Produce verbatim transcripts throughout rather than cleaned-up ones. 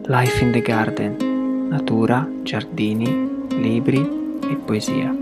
Life in the Garden, natura, giardini, libri e poesia.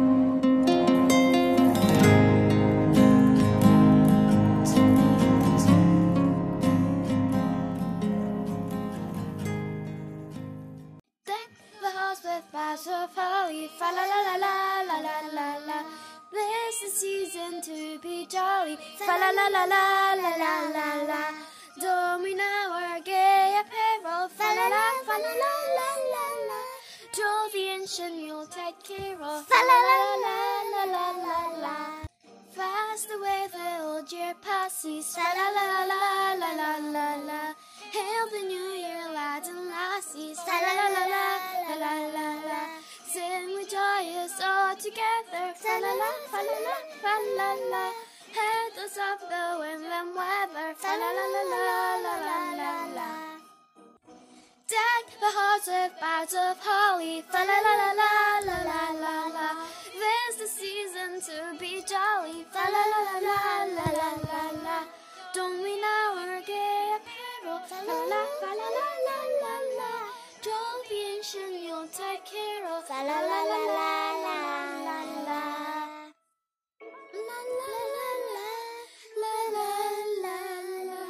Deck the halls with boughs of holly, fa la la la la la la la la. This is season to be jolly, fa la la la la la la la la. Don we know our gay apparel, fa la la fa la la la la la. Drove the ancient you'll take care of, fa la la la la la la la. Fast away the old year passes, fa la la la la la la la. Hail the new year, lads and lassies, fa la la la la la la la la. Sing with joyous all together, fa la la fa la la fa la la. Head us up the wind and weather, fa la la la la la la la la. Deck the halls with boughs of holly, fa la la la la la la la la. This the season to be jolly, fa la la la la la la la la. Don't we know our gay apparel, fa la la fa la la la la la. Don't be ancient, you'll take care of, fa la la la la la la la. La la la la la la la la.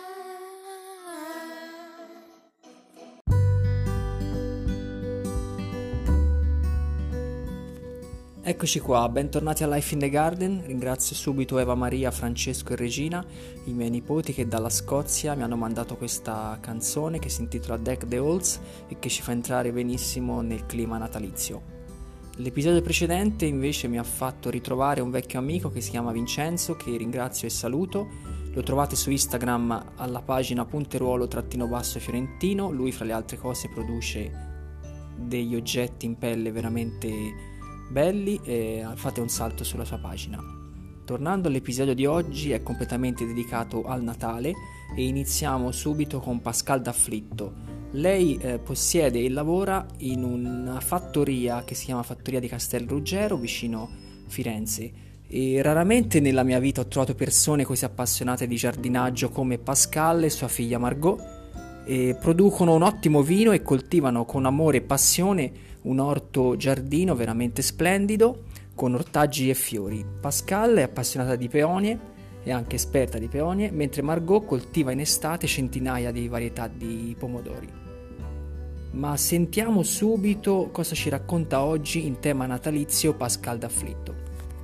Eccoci qua, bentornati a Life in the Garden. Ringrazio subito Eva Maria, Francesco e Regina, i miei nipoti che dalla Scozia mi hanno mandato questa canzone che si intitola Deck the Halls e che ci fa entrare benissimo nel clima natalizio. L'episodio precedente invece mi ha fatto ritrovare un vecchio amico che si chiama Vincenzo, che ringrazio e saluto. Lo trovate su Instagram alla pagina punteruolo-fiorentino. Lui fra le altre cose produce degli oggetti in pelle veramente belli e fate un salto sulla sua pagina. Tornando all'episodio di oggi, è completamente dedicato al Natale e iniziamo subito con Pascal D'Afflitto. Lei eh, possiede e lavora in una fattoria che si chiama Fattoria di Castel Ruggero vicino Firenze e raramente nella mia vita ho trovato persone così appassionate di giardinaggio come Pascal e sua figlia Margot. E producono un ottimo vino e coltivano con amore e passione un orto giardino veramente splendido con ortaggi e fiori. Pascal è appassionata di peonie, è anche esperta di peonie, mentre Margot coltiva in estate centinaia di varietà di pomodori. Ma sentiamo subito cosa ci racconta oggi in tema natalizio Pascal D'Afflitto.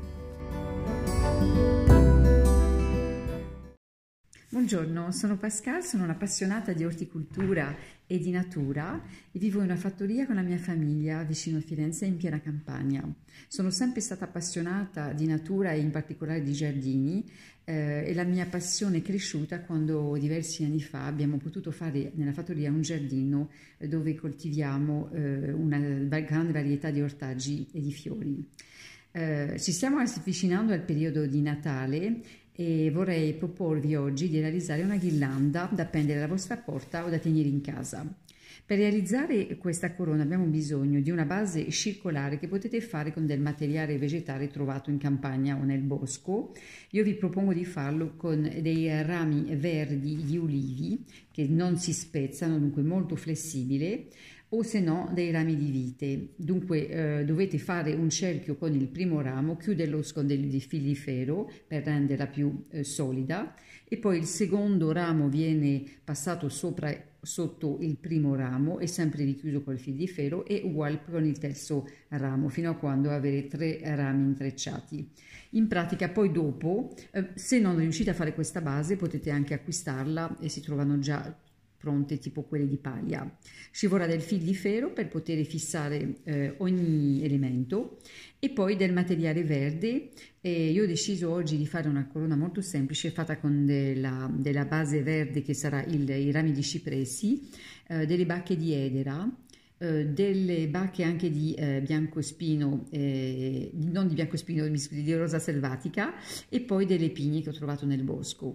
Buongiorno, sono Pascal, sono un'appassionata di orticoltura e di natura e vivo in una fattoria con la mia famiglia vicino a Firenze in piena campagna. Sono sempre stata appassionata di natura e in particolare di giardini eh, e la mia passione è cresciuta quando diversi anni fa abbiamo potuto fare nella fattoria un giardino dove coltiviamo eh, una grande varietà di ortaggi e di fiori. Eh, ci stiamo avvicinando al periodo di Natale e vorrei proporvi oggi di realizzare una ghirlanda da appendere alla vostra porta o da tenere in casa. Per realizzare questa corona abbiamo bisogno di una base circolare che potete fare con del materiale vegetale trovato in campagna o nel bosco. Io vi propongo di farlo con dei rami verdi di ulivi che non si spezzano, dunque molto flessibile, o se no dei rami di vite. Dunque eh, dovete fare un cerchio con il primo ramo, chiuderlo con dei fili di ferro per renderla più eh, solida e poi il secondo ramo viene passato sopra sotto il primo ramo e sempre richiuso col fil di ferro e uguale con il terzo ramo fino a quando avere tre rami intrecciati. In pratica poi dopo eh, se non riuscite a fare questa base potete anche acquistarla e si trovano già pronte tipo quelle di paglia. Ci vorrà del fil di ferro per poter fissare eh, ogni elemento e poi del materiale verde. E io ho deciso oggi di fare una corona molto semplice fatta con della, della base verde che sarà il, i rami di cipressi, eh, delle bacche di edera, eh, delle bacche anche di eh, biancospino, eh, non di biancospino, di rosa selvatica e poi delle pigne che ho trovato nel bosco.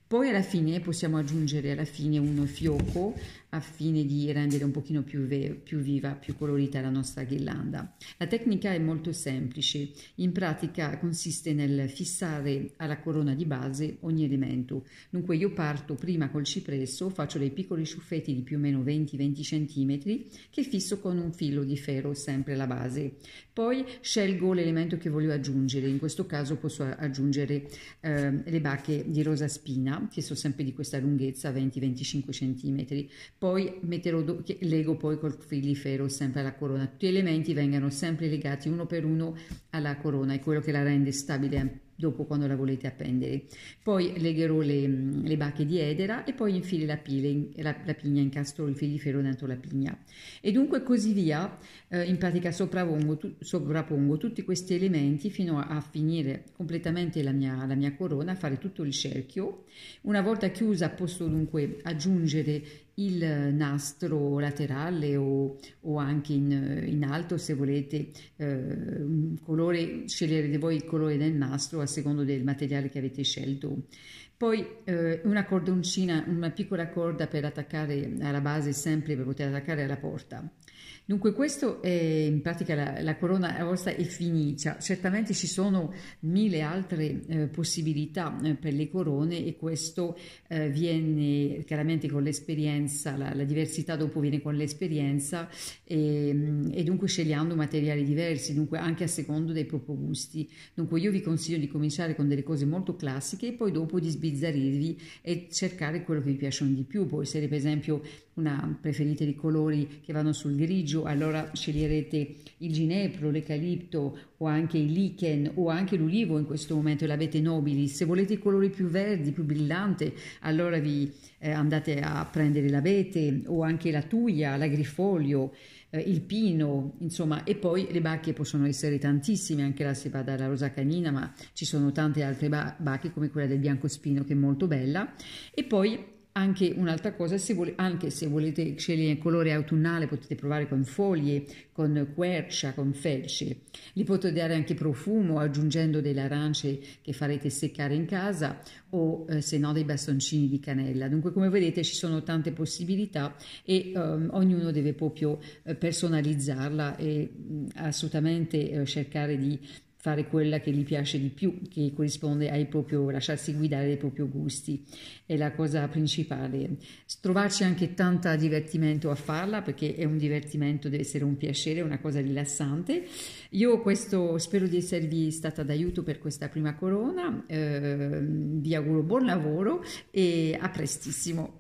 Poi alla fine possiamo aggiungere alla fine un fiocco a fine di rendere un pochino più, ve- più viva, più colorita la nostra ghirlanda. La tecnica è molto semplice, in pratica consiste nel fissare alla corona di base ogni elemento. Dunque io parto prima col cipresso, faccio dei piccoli ciuffetti di più o meno venti venti centimetri che fisso con un filo di ferro sempre alla base. Poi scelgo l'elemento che voglio aggiungere, in questo caso posso aggiungere eh, le bacche di rosa spina, che sono sempre di questa lunghezza venti venticinque centimetri. Poi metterò do- che lego poi col fil di ferro sempre alla corona. Tutti gli elementi vengono sempre legati uno per uno alla corona, è quello che la rende stabile dopo quando la volete appendere. Poi legherò le, le bacche di edera e poi infili la, pile, la, la pigna, incastro il fil di ferro dentro la pigna e dunque così via. Eh, in pratica sopravpongo, tu, sovrappongo tutti questi elementi fino a, a finire completamente la mia, la mia corona, fare tutto il cerchio. Una volta chiusa posso dunque aggiungere il nastro laterale o, o anche in, in alto se volete eh, un colore, sceglierete voi il colore del nastro a secondo del materiale che avete scelto. Poi eh, una cordoncina, una piccola corda per attaccare alla base sempre per poter attaccare alla porta. Dunque questo è in pratica la, la corona vostra è finita. Certamente ci sono mille altre eh, possibilità eh, per le corone e questo eh, viene chiaramente con l'esperienza, la, la diversità dopo viene con l'esperienza e, e dunque scegliendo materiali diversi, dunque anche a secondo dei propri gusti. Dunque io vi consiglio di cominciare con delle cose molto classiche e poi dopo di sbizzarrirvi e cercare quello che vi piacciono di più. Poi se per esempio una preferite di colori che vanno sul grigio, allora sceglierete il ginepro, l'eucalipto o anche il lichen o anche l'ulivo, in questo momento l'abete nobili. Se volete i colori più verdi, più brillanti, allora vi eh, andate a prendere l'abete o anche la tuia, l'agrifoglio, eh, il pino, insomma, e poi le bacche possono essere tantissime, anche là si va dalla rosa canina, ma ci sono tante altre ba- bacche come quella del biancospino che è molto bella. E poi anche un'altra cosa, se vole, anche se volete scegliere il colore autunnale potete provare con foglie, con quercia, con felce. Li potete dare anche profumo aggiungendo delle arance che farete seccare in casa o eh, se no dei bastoncini di cannella. Dunque come vedete ci sono tante possibilità e um, ognuno deve proprio eh, personalizzarla e mh, assolutamente eh, cercare di fare quella che gli piace di più, che corrisponde ai proprio, lasciarsi guidare dai propri gusti, è la cosa principale. Trovarci anche tanto divertimento a farla, perché è un divertimento, deve essere un piacere, una cosa rilassante. Io questo spero di esservi stata d'aiuto per questa prima corona, eh, vi auguro buon lavoro e a prestissimo.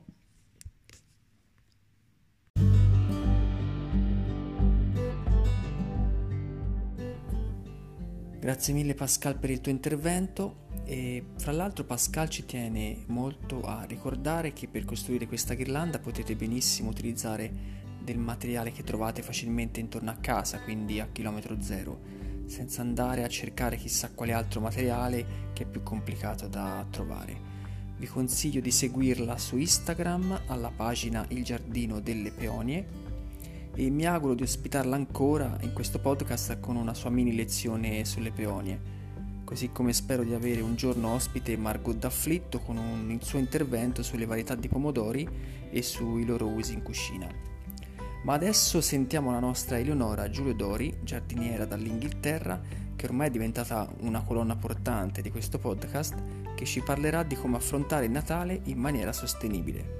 Grazie mille Pascal per il tuo intervento e fra l'altro Pascal ci tiene molto a ricordare che per costruire questa ghirlanda potete benissimo utilizzare del materiale che trovate facilmente intorno a casa, quindi a chilometro zero, senza andare a cercare chissà quale altro materiale che è più complicato da trovare. Vi consiglio di seguirla su Instagram alla pagina Il Giardino delle Peonie e mi auguro di ospitarla ancora in questo podcast con una sua mini lezione sulle peonie, così come spero di avere un giorno ospite Margot D'Afflitto con un, il suo intervento sulle varietà di pomodori e sui loro usi in cucina. Ma adesso sentiamo la nostra Eleonora Giulio Dori, giardiniera dall'Inghilterra, che ormai è diventata una colonna portante di questo podcast, che ci parlerà di come affrontare il Natale in maniera sostenibile.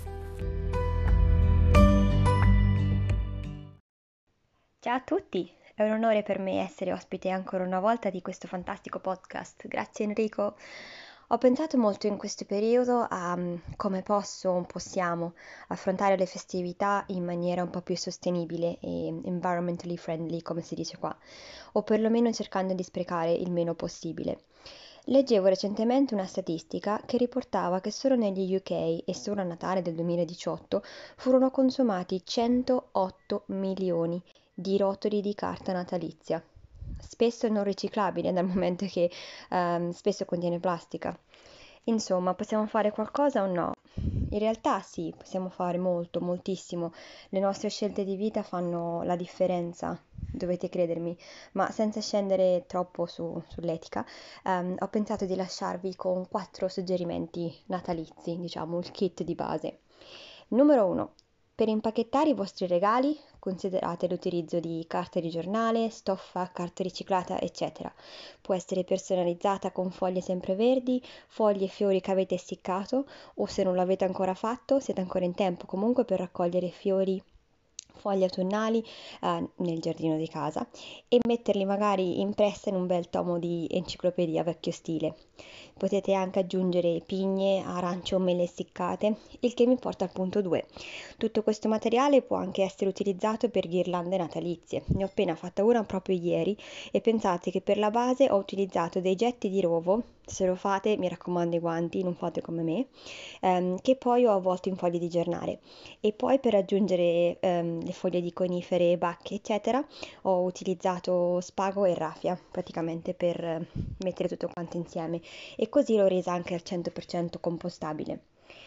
Ciao a tutti, è un onore per me essere ospite ancora una volta di questo fantastico podcast. Grazie Enrico. Ho pensato molto in questo periodo a um, come posso, possiamo affrontare le festività in maniera un po' più sostenibile e environmentally friendly, come si dice qua, o perlomeno cercando di sprecare il meno possibile. Leggevo recentemente una statistica che riportava che solo negli U K e solo a Natale del duemiladiciotto furono consumati centootto milioni di rotoli di carta natalizia, spesso non riciclabile dal momento che um, spesso contiene plastica. Insomma, possiamo fare qualcosa o no? In realtà sì, possiamo fare molto, moltissimo. Le nostre scelte di vita fanno la differenza dovete credermi, ma senza scendere troppo su- sull'etica, ehm, ho pensato di lasciarvi con quattro suggerimenti natalizi, diciamo, il kit di base. Numero uno. Per impacchettare i vostri regali considerate l'utilizzo di carta di giornale, stoffa, carta riciclata, eccetera. Può essere personalizzata con foglie sempreverdi, foglie e fiori che avete essiccato, o se non l'avete ancora fatto, siete ancora in tempo comunque per raccogliere fiori, foglie autunnali eh, nel giardino di casa e metterli magari impresse in un bel tomo di enciclopedia vecchio stile. Potete anche aggiungere pigne, arance o mele essiccate, il che mi porta al punto due. Tutto questo materiale può anche essere utilizzato per ghirlande natalizie. Ne ho appena fatta una proprio ieri e pensate che per la base ho utilizzato dei getti di rovo. Se lo fate, mi raccomando i guanti, non fate come me, ehm, che poi ho avvolto in foglie di giornale. E poi per aggiungere ehm, le foglie di conifere, bacche, eccetera, ho utilizzato spago e raffia praticamente per eh, mettere tutto quanto insieme e così l'ho resa anche al cento per cento compostabile.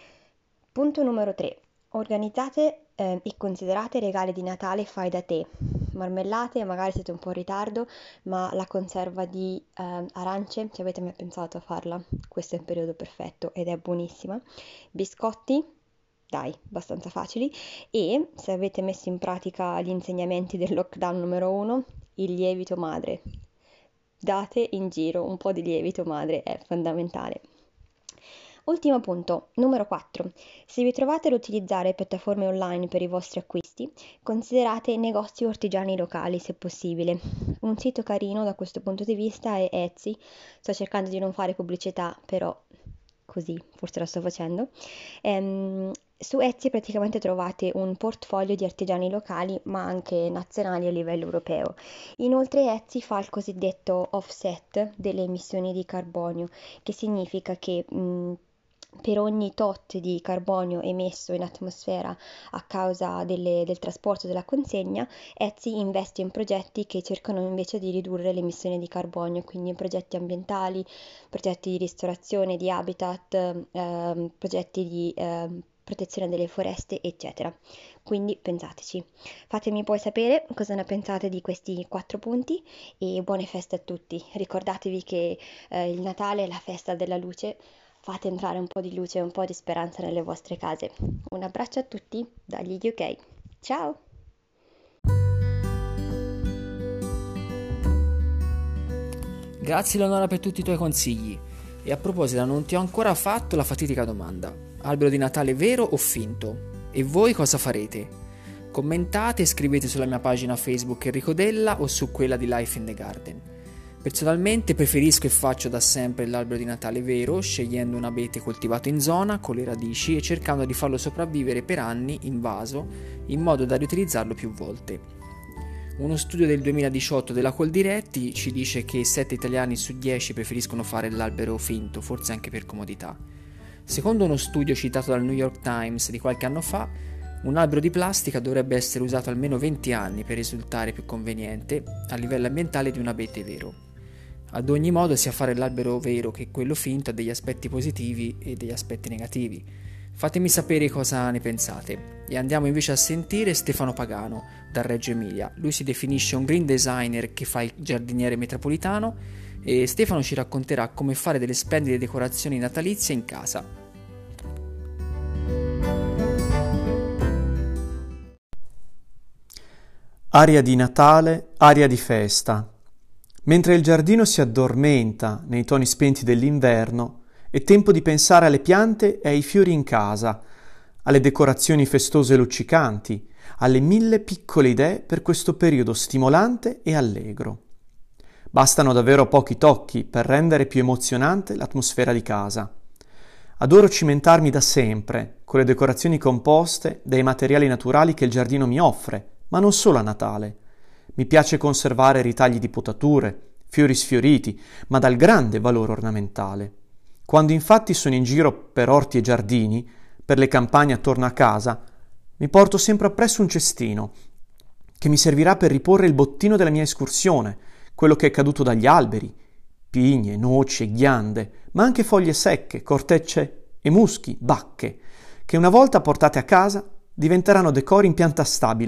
Punto numero tre. Organizzate eh, e considerate i regali di Natale fai da te. Marmellate, magari siete un po' in ritardo, ma la conserva di eh, arance, ci avete mai pensato a farla? Questo è il periodo perfetto ed è buonissima. Biscotti, dai, abbastanza facili. E se avete messo in pratica gli insegnamenti del lockdown numero uno, il lievito madre. Date in giro un po' di lievito madre, è fondamentale. Ultimo punto, numero quattro. Se vi trovate ad utilizzare piattaforme online per i vostri acquisti, considerate negozi o artigiani locali se possibile. Un sito carino da questo punto di vista è Etsy. Sto cercando di non fare pubblicità, però così forse la sto facendo. Ehm, su Etsy praticamente trovate un portfolio di artigiani locali ma anche nazionali a livello europeo. Inoltre Etsy fa il cosiddetto offset delle emissioni di carbonio, che significa che mh, per ogni tot di carbonio emesso in atmosfera a causa delle- del trasporto della consegna, Etsy investe in progetti che cercano invece di ridurre le emissioni di carbonio, quindi in progetti ambientali, progetti di ristorazione, di habitat, ehm, progetti di ehm, protezione delle foreste, eccetera. Quindi pensateci. Fatemi poi sapere cosa ne pensate di questi quattro punti e buone feste a tutti. Ricordatevi che eh, il Natale è la festa della luce. Fate entrare un po' di luce e un po' di speranza nelle vostre case. Un abbraccio a tutti dagli U K. Ciao! Grazie Leonora per tutti i tuoi consigli. E a proposito, non ti ho ancora fatto la fatidica domanda. Albero di Natale vero o finto? E voi cosa farete? Commentate e scrivete sulla mia pagina Facebook Enrico Della o su quella di Life in the Garden. Personalmente preferisco e faccio da sempre l'albero di Natale vero, scegliendo un abete coltivato in zona, con le radici e cercando di farlo sopravvivere per anni in vaso, in modo da riutilizzarlo più volte. Uno studio del duemiladiciotto della Coldiretti ci dice che sette italiani su dieci preferiscono fare l'albero finto, forse anche per comodità. Secondo uno studio citato dal New York Times di qualche anno fa, un albero di plastica dovrebbe essere usato almeno venti anni per risultare più conveniente a livello ambientale di un abete vero. Ad ogni modo, sia fare l'albero vero che quello finto ha degli aspetti positivi e degli aspetti negativi. Fatemi sapere cosa ne pensate. E andiamo invece a sentire Stefano Pagano da Reggio Emilia. Lui si definisce un green designer che fa il giardiniere metropolitano e Stefano ci racconterà come fare delle splendide decorazioni natalizie in casa. Aria di Natale, aria di festa. Mentre il giardino si addormenta nei toni spenti dell'inverno, è tempo di pensare alle piante e ai fiori in casa, alle decorazioni festose e luccicanti, alle mille piccole idee per questo periodo stimolante e allegro. Bastano davvero pochi tocchi per rendere più emozionante l'atmosfera di casa. Adoro cimentarmi da sempre con le decorazioni composte dai materiali naturali che il giardino mi offre, ma non solo a Natale. Mi piace conservare ritagli di potature, fiori sfioriti, ma dal grande valore ornamentale. Quando infatti sono in giro per orti e giardini, per le campagne attorno a casa, mi porto sempre appresso un cestino che mi servirà per riporre il bottino della mia escursione, quello che è caduto dagli alberi, pigne, noci e ghiande, ma anche foglie secche, cortecce e muschi, bacche, che una volta portate a casa diventeranno decori in pianta stabile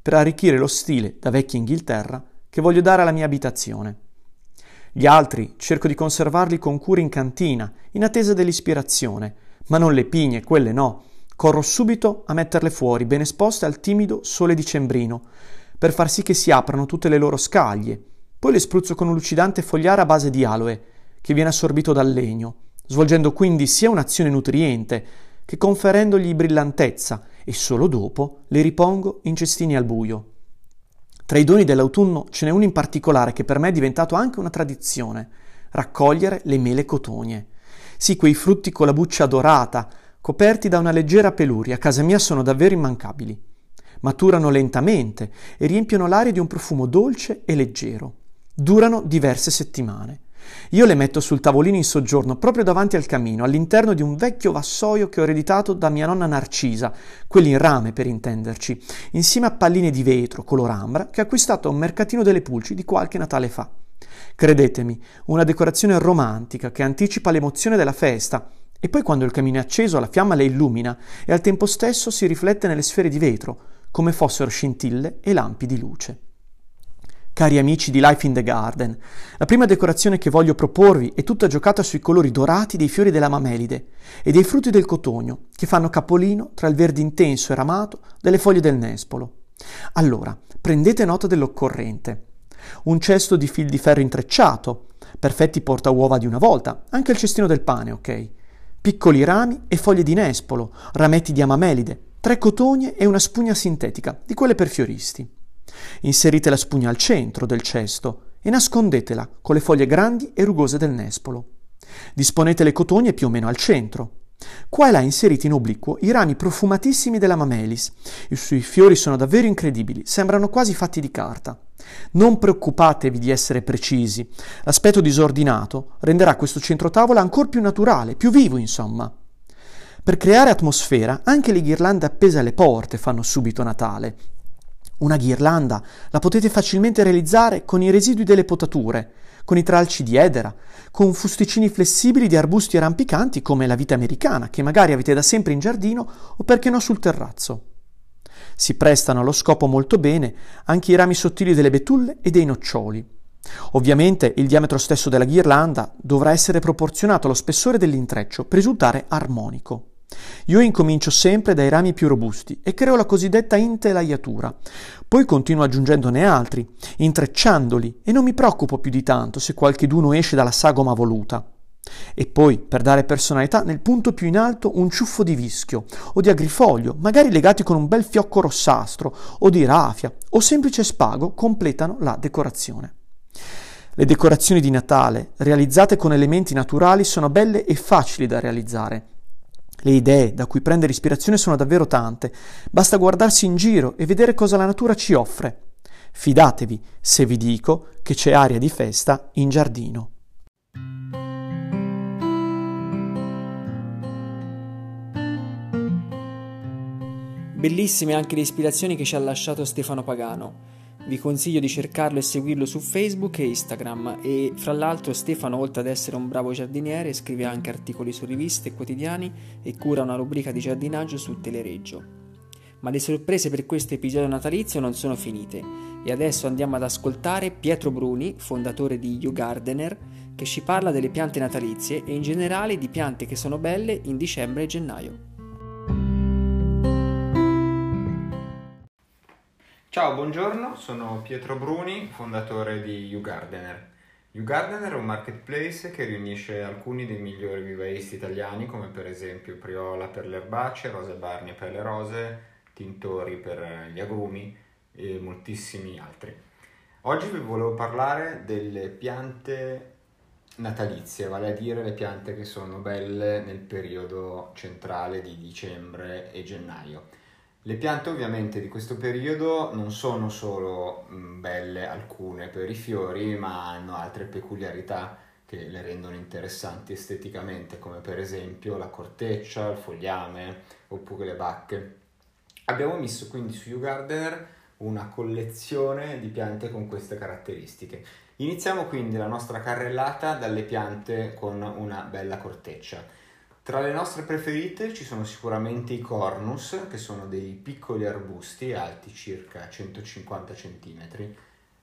per arricchire lo stile da vecchia Inghilterra che voglio dare alla mia abitazione. Gli altri cerco di conservarli con cura in cantina, in attesa dell'ispirazione, ma non le pigne, quelle no. Corro subito a metterle fuori, ben esposte al timido sole dicembrino, per far sì che si aprano tutte le loro scaglie. Poi le spruzzo con un lucidante fogliare a base di aloe, che viene assorbito dal legno, svolgendo quindi sia un'azione nutriente che conferendogli brillantezza, e solo dopo le ripongo in cestini al buio. Tra i doni dell'autunno ce n'è uno in particolare che per me è diventato anche una tradizione: raccogliere le mele cotogne. Sì, quei frutti con la buccia dorata, coperti da una leggera peluria, a casa mia sono davvero immancabili. Maturano lentamente e riempiono l'aria di un profumo dolce e leggero. Durano diverse settimane. Io le metto sul tavolino in soggiorno, proprio davanti al camino, all'interno di un vecchio vassoio che ho ereditato da mia nonna Narcisa, quelli in rame per intenderci, insieme a palline di vetro color ambra che ho acquistato a un mercatino delle pulci di qualche Natale fa. Credetemi, una decorazione romantica che anticipa l'emozione della festa, e poi quando il camino è acceso la fiamma le illumina e al tempo stesso si riflette nelle sfere di vetro, come fossero scintille e lampi di luce. Cari amici di Life in the Garden, la prima decorazione che voglio proporvi è tutta giocata sui colori dorati dei fiori della mamelide e dei frutti del cotogno, che fanno capolino tra il verde intenso e ramato delle foglie del nespolo. Allora, prendete nota dell'occorrente. Un cesto di fil di ferro intrecciato, perfetti porta uova di una volta, anche il cestino del pane, ok? Piccoli rami e foglie di nespolo, rametti di amamelide, tre cotogne e una spugna sintetica, di quelle per fioristi. Inserite la spugna al centro del cesto e nascondetela con le foglie grandi e rugose del nespolo. Disponete le cotogne più o meno al centro. Qua e là inserite in obliquo i rami profumatissimi della mamelis. I suoi fiori sono davvero incredibili, sembrano quasi fatti di carta. Non preoccupatevi di essere precisi, l'aspetto disordinato renderà questo centrotavola ancora più naturale, più vivo insomma. Per creare atmosfera anche le ghirlande appese alle porte fanno subito Natale. Una ghirlanda la potete facilmente realizzare con i residui delle potature, con i tralci di edera, con fusticini flessibili di arbusti rampicanti come la vite americana, che magari avete da sempre in giardino o perché no sul terrazzo. Si prestano allo scopo molto bene anche i rami sottili delle betulle e dei noccioli. Ovviamente il diametro stesso della ghirlanda dovrà essere proporzionato allo spessore dell'intreccio per risultare armonico. Io incomincio sempre dai rami più robusti e creo la cosiddetta intelaiatura, poi continuo aggiungendone altri, intrecciandoli, e non mi preoccupo più di tanto se qualcheduno esce dalla sagoma voluta. E poi, per dare personalità, nel punto più in alto un ciuffo di vischio o di agrifoglio, magari legati con un bel fiocco rossastro o di raffia o semplice spago, completano la decorazione. Le decorazioni di Natale, realizzate con elementi naturali, sono belle e facili da realizzare. Le idee da cui prendere ispirazione sono davvero tante, basta guardarsi in giro e vedere cosa la natura ci offre. Fidatevi se vi dico che c'è aria di festa in giardino. Bellissime anche le ispirazioni che ci ha lasciato Stefano Pagano. Vi consiglio di cercarlo e seguirlo su Facebook e Instagram, e fra l'altro Stefano, oltre ad essere un bravo giardiniere, scrive anche articoli su riviste e quotidiani e cura una rubrica di giardinaggio su Telereggio. Ma le sorprese per questo episodio natalizio non sono finite e adesso andiamo ad ascoltare Pietro Bruni, fondatore di You Gardener, che ci parla delle piante natalizie e in generale di piante che sono belle in dicembre e gennaio. Ciao, buongiorno, sono Pietro Bruni, fondatore di You Gardener. You Gardener è un marketplace che riunisce alcuni dei migliori vivaisti italiani, come per esempio Priola per le erbacee, Rose Barni per le rose, Tintori per gli agrumi e moltissimi altri. Oggi vi volevo parlare delle piante natalizie, vale a dire le piante che sono belle nel periodo centrale di dicembre e gennaio. Le piante ovviamente di questo periodo non sono solo mh, belle alcune per i fiori, ma hanno altre peculiarità che le rendono interessanti esteticamente, come per esempio la corteccia, il fogliame oppure le bacche. Abbiamo messo quindi su You Gardener una collezione di piante con queste caratteristiche. Iniziamo quindi la nostra carrellata dalle piante con una bella corteccia. Tra le nostre preferite ci sono sicuramente i cornus, che sono dei piccoli arbusti alti circa centocinquanta centimetri.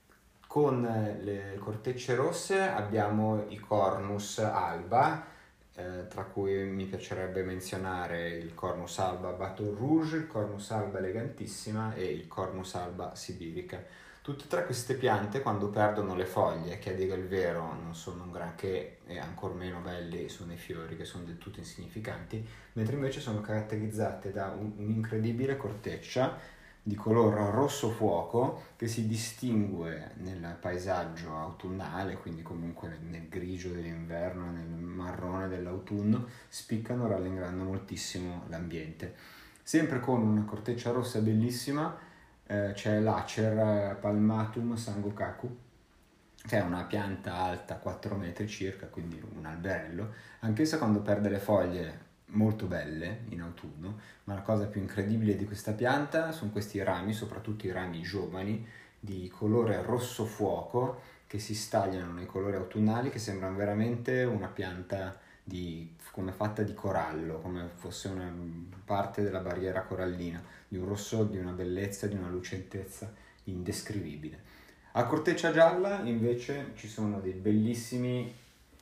Con le cortecce rosse abbiamo i cornus alba, eh, tra cui mi piacerebbe menzionare il cornus alba Baton Rouge, il cornus alba elegantissima e il cornus alba sibirica. Tutte e tre queste piante, quando perdono le foglie, che a dire il vero non sono un granché e ancor meno belli sono i fiori, che sono del tutto insignificanti, mentre invece sono caratterizzate da un, un'incredibile corteccia di color rosso fuoco che si distingue nel paesaggio autunnale, quindi comunque nel, nel grigio dell'inverno, nel marrone dell'autunno, spiccano rallegrando moltissimo l'ambiente. Sempre con una corteccia rossa bellissima eh, c'è l'Acer Palmatum Sangokaku, che è una pianta alta quattro metri circa, quindi un alberello, anch'essa quando perde le foglie molto belle in autunno, ma la cosa più incredibile di questa pianta sono questi rami, soprattutto i rami giovani, di colore rosso fuoco, che si stagliano nei colori autunnali, che sembrano veramente una pianta di, come fatta di corallo, come fosse una parte della barriera corallina, di un rosso, di una bellezza, di una lucentezza indescrivibile. A corteccia gialla invece ci sono dei bellissimi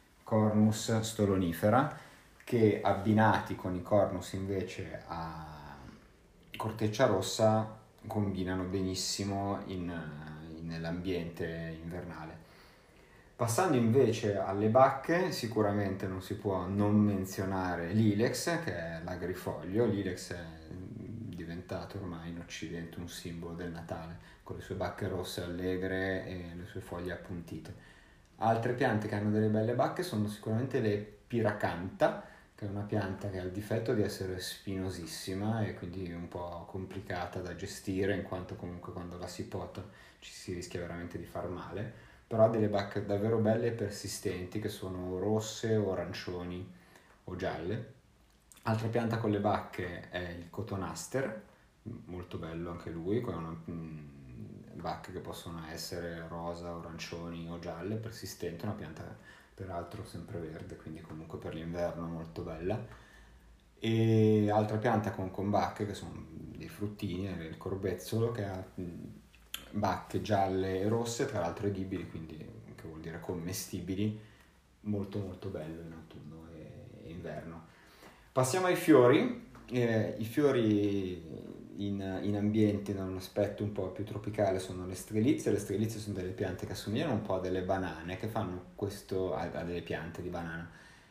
cornus stolonifera, che abbinati con i cornus invece a corteccia rossa combinano benissimo in, in, nell'ambiente invernale. Passando invece alle bacche, sicuramente non si può non menzionare l'ilex, che è l'agrifoglio. L'ilex è diventato ormai in Occidente un simbolo del Natale, con le sue bacche rosse allegre e le sue foglie appuntite. Altre piante che hanno delle belle bacche sono sicuramente le piracanta, che è una pianta che ha il difetto di essere spinosissima e quindi un po' complicata da gestire, in quanto comunque quando la si pota ci si rischia veramente di far male, però ha delle bacche davvero belle e persistenti, che sono rosse o arancioni o gialle. Altra pianta con le bacche è il cotonaster, molto bello anche lui, con una, mh, bacche che possono essere rosa, arancioni o gialle, persistente, una pianta peraltro sempre verde, quindi comunque per l'inverno molto bella. E altra pianta con, con bacche, che sono dei fruttini, è il corbezzolo, che ha bacche gialle e rosse, tra l'altro edibili, quindi che vuol dire commestibili, molto molto bello in autunno e, e inverno. Passiamo ai fiori. Eh, i fiori in, in ambienti da un aspetto un po' più tropicale sono le strelizie. Le strelizie sono delle piante che assomigliano un po' a delle banane, che fanno questo, a, a delle piante di banana,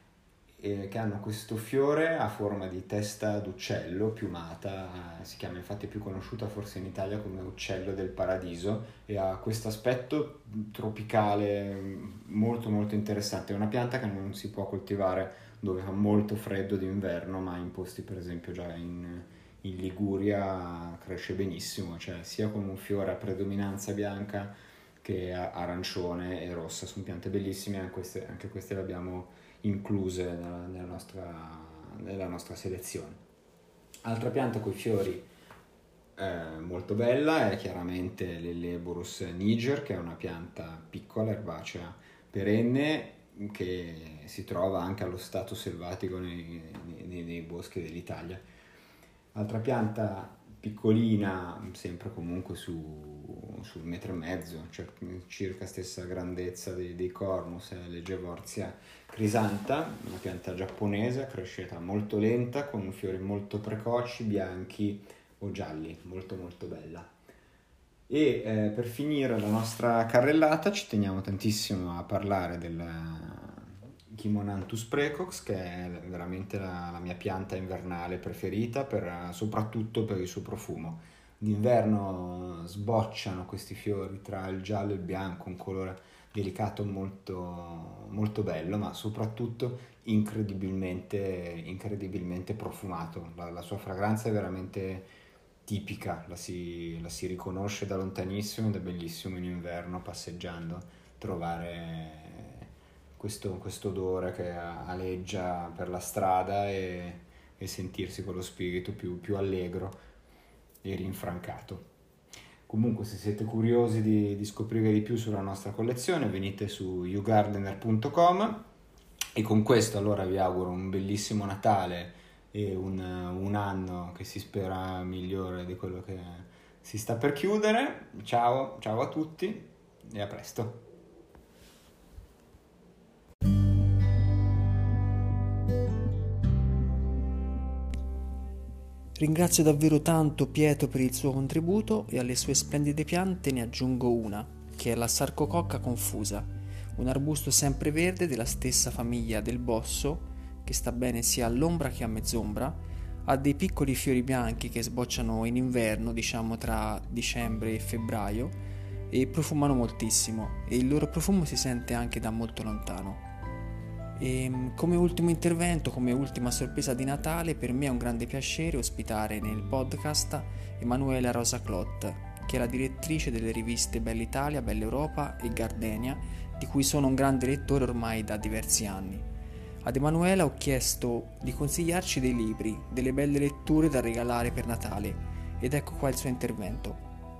eh, che hanno questo fiore a forma di testa d'uccello piumata, eh, si chiama infatti, più conosciuta forse in Italia come uccello del paradiso, e ha questo aspetto tropicale molto molto interessante. È una pianta che non si può coltivare dove fa molto freddo d'inverno, ma in posti per esempio già in in Liguria cresce benissimo, cioè sia con un fiore a predominanza bianca che arancione e rossa. Sono piante bellissime, anche queste, anche queste le abbiamo incluse nella, nella, nostra, nella nostra selezione. Altra pianta con i fiori eh, molto bella è chiaramente l'Eleborus niger, che è una pianta piccola, erbacea, perenne, che si trova anche allo stato selvatico nei, nei, nei boschi dell'Italia. Altra pianta piccolina, sempre comunque su, sul metro e mezzo, cioè circa stessa grandezza dei, dei cornus, è l'Egevortia crisanta, una pianta giapponese, crescita molto lenta, con fiori molto precoci, bianchi o gialli, molto molto bella. E eh, per finire la nostra carrellata ci teniamo tantissimo a parlare del Chimonanthus praecox, che è veramente la, la mia pianta invernale preferita, per, soprattutto per il suo profumo. D'inverno sbocciano questi fiori tra il giallo e il bianco, un colore delicato molto, molto bello, ma soprattutto incredibilmente, incredibilmente profumato. La, la sua fragranza è veramente tipica, la si, la si riconosce da lontanissimo ed è bellissimo in inverno, passeggiando, trovare questo, questo odore che aleggia per la strada e, e sentirsi con lo spirito più, più allegro e rinfrancato. Comunque, se siete curiosi di, di scoprire di più sulla nostra collezione, venite su you gardener punto com E con questo allora vi auguro un bellissimo Natale e un, un anno che si spera migliore di quello che si sta per chiudere. Ciao, ciao a tutti e a presto. Ringrazio davvero tanto Pietro per il suo contributo e alle sue splendide piante ne aggiungo una, che è la Sarcococca confusa, un arbusto sempreverde della stessa famiglia del bosso, che sta bene sia all'ombra che a mezz'ombra, ha dei piccoli fiori bianchi che sbocciano in inverno, diciamo tra dicembre e febbraio, e profumano moltissimo, e il loro profumo si sente anche da molto lontano. E come ultimo intervento, come ultima sorpresa di Natale, per me è un grande piacere ospitare nel podcast Emanuela Rosa Clot, che è la direttrice delle riviste Bella Italia, Bella Europa e Gardenia, di cui sono un grande lettore ormai da diversi anni. Ad Emanuela ho chiesto di consigliarci dei libri, delle belle letture da regalare per Natale, ed ecco qua il suo intervento.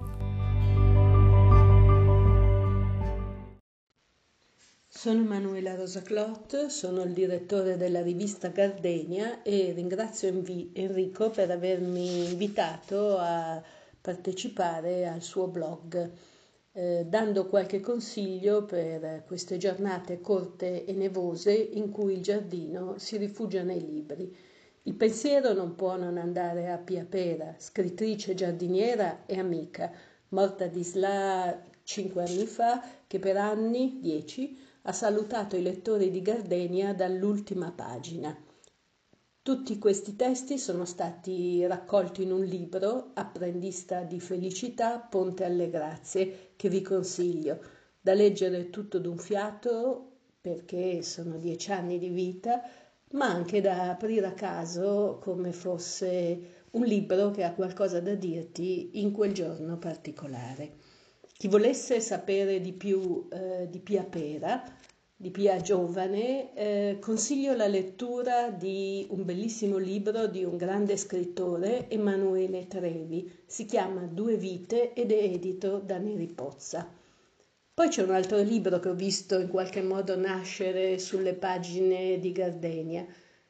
Sono Emanuela Rosa Clot, sono il direttore della rivista Gardenia e ringrazio Enrico per avermi invitato a partecipare al suo blog, eh, dando qualche consiglio per queste giornate corte e nevose in cui il giardino si rifugia nei libri. Il pensiero non può non andare a Pia Pera, scrittrice giardiniera e amica, morta di S L A cinque anni fa, che per anni, dieci, ha salutato i lettori di Gardenia dall'ultima pagina. Tutti questi testi sono stati raccolti in un libro, Apprendista di felicità, Ponte alle grazie, che vi consiglio, da leggere tutto d'un fiato, perché sono dieci anni di vita, ma anche da aprire a caso come fosse un libro che ha qualcosa da dirti in quel giorno particolare. Chi volesse sapere di più eh, di Pia Pera, di Pia Giovane, eh, consiglio la lettura di un bellissimo libro di un grande scrittore, Emanuele Trevi. Si chiama Due vite ed è edito da Neri Pozza. Poi c'è un altro libro che ho visto in qualche modo nascere sulle pagine di Gardenia.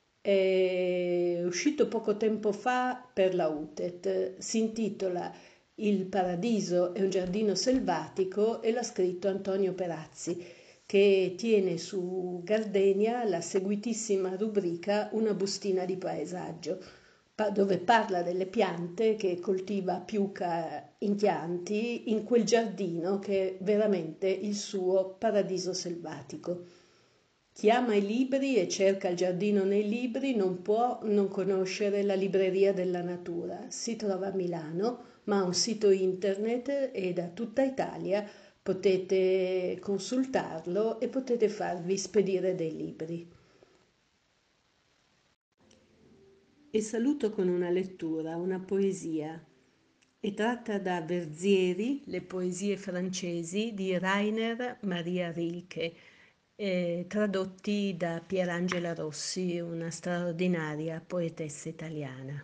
È uscito poco tempo fa per la U T E T. Si intitola Il paradiso è un giardino selvatico e l'ha scritto Antonio Perazzi, che tiene su Gardenia la seguitissima rubrica Una bustina di paesaggio, dove parla delle piante che coltiva Piuca in Chianti in quel giardino che è veramente il suo paradiso selvatico. Chi ama i libri e cerca il giardino nei libri non può non conoscere la Libreria della Natura. Si trova a Milano, ma ha un sito internet e da tutta Italia potete consultarlo e potete farvi spedire dei libri. E saluto con una lettura, una poesia. È tratta da Verzieri, le poesie francesi di Rainer Maria Rilke, eh, tradotti da Pierangela Rossi, una straordinaria poetessa italiana.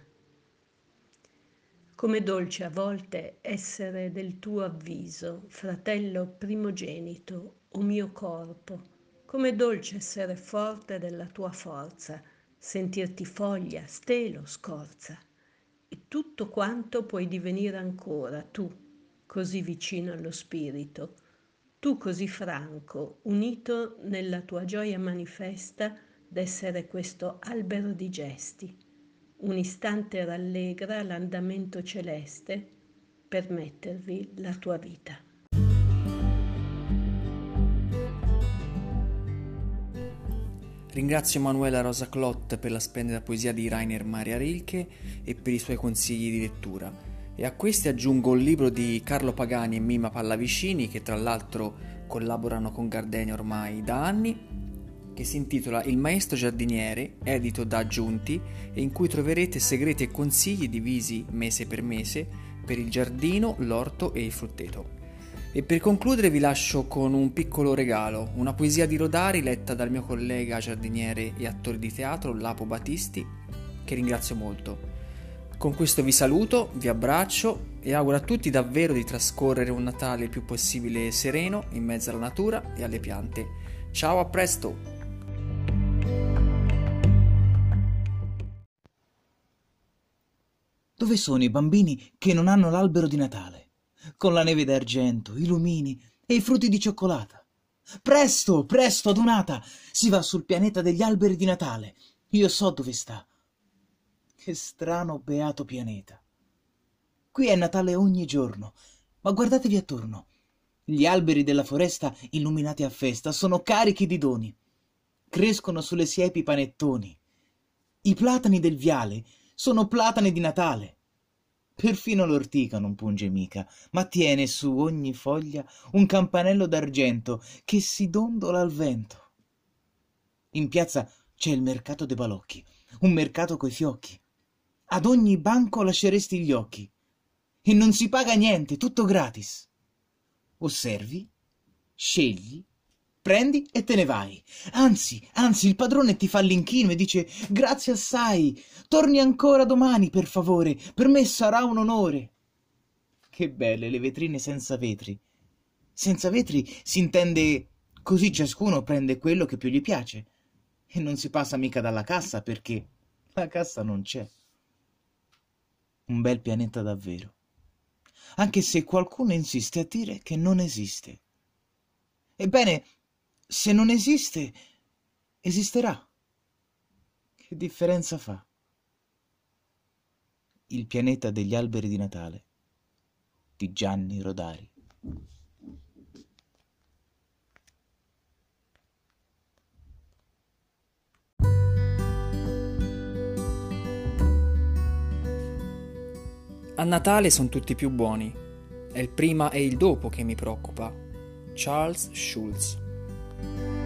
Come dolce a volte essere del tuo avviso, fratello primogenito, o mio corpo, come dolce essere forte della tua forza, sentirti foglia, stelo, scorza, e tutto quanto puoi divenire ancora tu, così vicino allo spirito, tu così franco, unito nella tua gioia manifesta d'essere questo albero di gesti. Un istante rallegra l'andamento celeste per mettervi la tua vita. Ringrazio Emanuela Rosa Clot per la splendida poesia di Rainer Maria Rilke e per i suoi consigli di lettura. E a questi aggiungo un libro di Carlo Pagani e Mima Pallavicini, che tra l'altro collaborano con Gardenia ormai da anni, che si intitola Il maestro giardiniere, edito da Giunti, e in cui troverete segreti e consigli divisi mese per mese per il giardino, l'orto e il frutteto. E per concludere vi lascio con un piccolo regalo, una poesia di Rodari letta dal mio collega giardiniere e attore di teatro Lapo Battisti, che ringrazio molto. Con questo vi saluto, vi abbraccio e auguro a tutti davvero di trascorrere un Natale il più possibile sereno in mezzo alla natura e alle piante. Ciao, a presto! Dove sono i bambini che non hanno l'albero di Natale? Con la neve d'argento, i lumini e i frutti di cioccolata. Presto, presto, adunata! Si va sul pianeta degli alberi di Natale. Io so dove sta. Che strano, beato pianeta. Qui è Natale ogni giorno, ma guardatevi attorno. Gli alberi della foresta, illuminati a festa, sono carichi di doni. Crescono sulle siepi panettoni. I platani del viale sono platani di Natale. Perfino l'ortica non punge mica, ma tiene su ogni foglia un campanello d'argento che si dondola al vento. In piazza c'è il mercato dei balocchi, un mercato coi fiocchi. Ad ogni banco lasceresti gli occhi. E non si paga niente, tutto gratis. Osservi, scegli, prendi e te ne vai. Anzi, anzi, il padrone ti fa l'inchino e dice: grazie assai, torni ancora domani, per favore, per me sarà un onore. Che belle le vetrine senza vetri. Senza vetri si intende così ciascuno prende quello che più gli piace. E non si passa mica dalla cassa, perché la cassa non c'è. Un bel pianeta davvero. Anche se qualcuno insiste a dire che non esiste. Ebbene, se non esiste, esisterà. Che differenza fa? Il pianeta degli alberi di Natale di Gianni Rodari. A Natale sono tutti più buoni. È il prima e il dopo che mi preoccupa. Charles Schulz.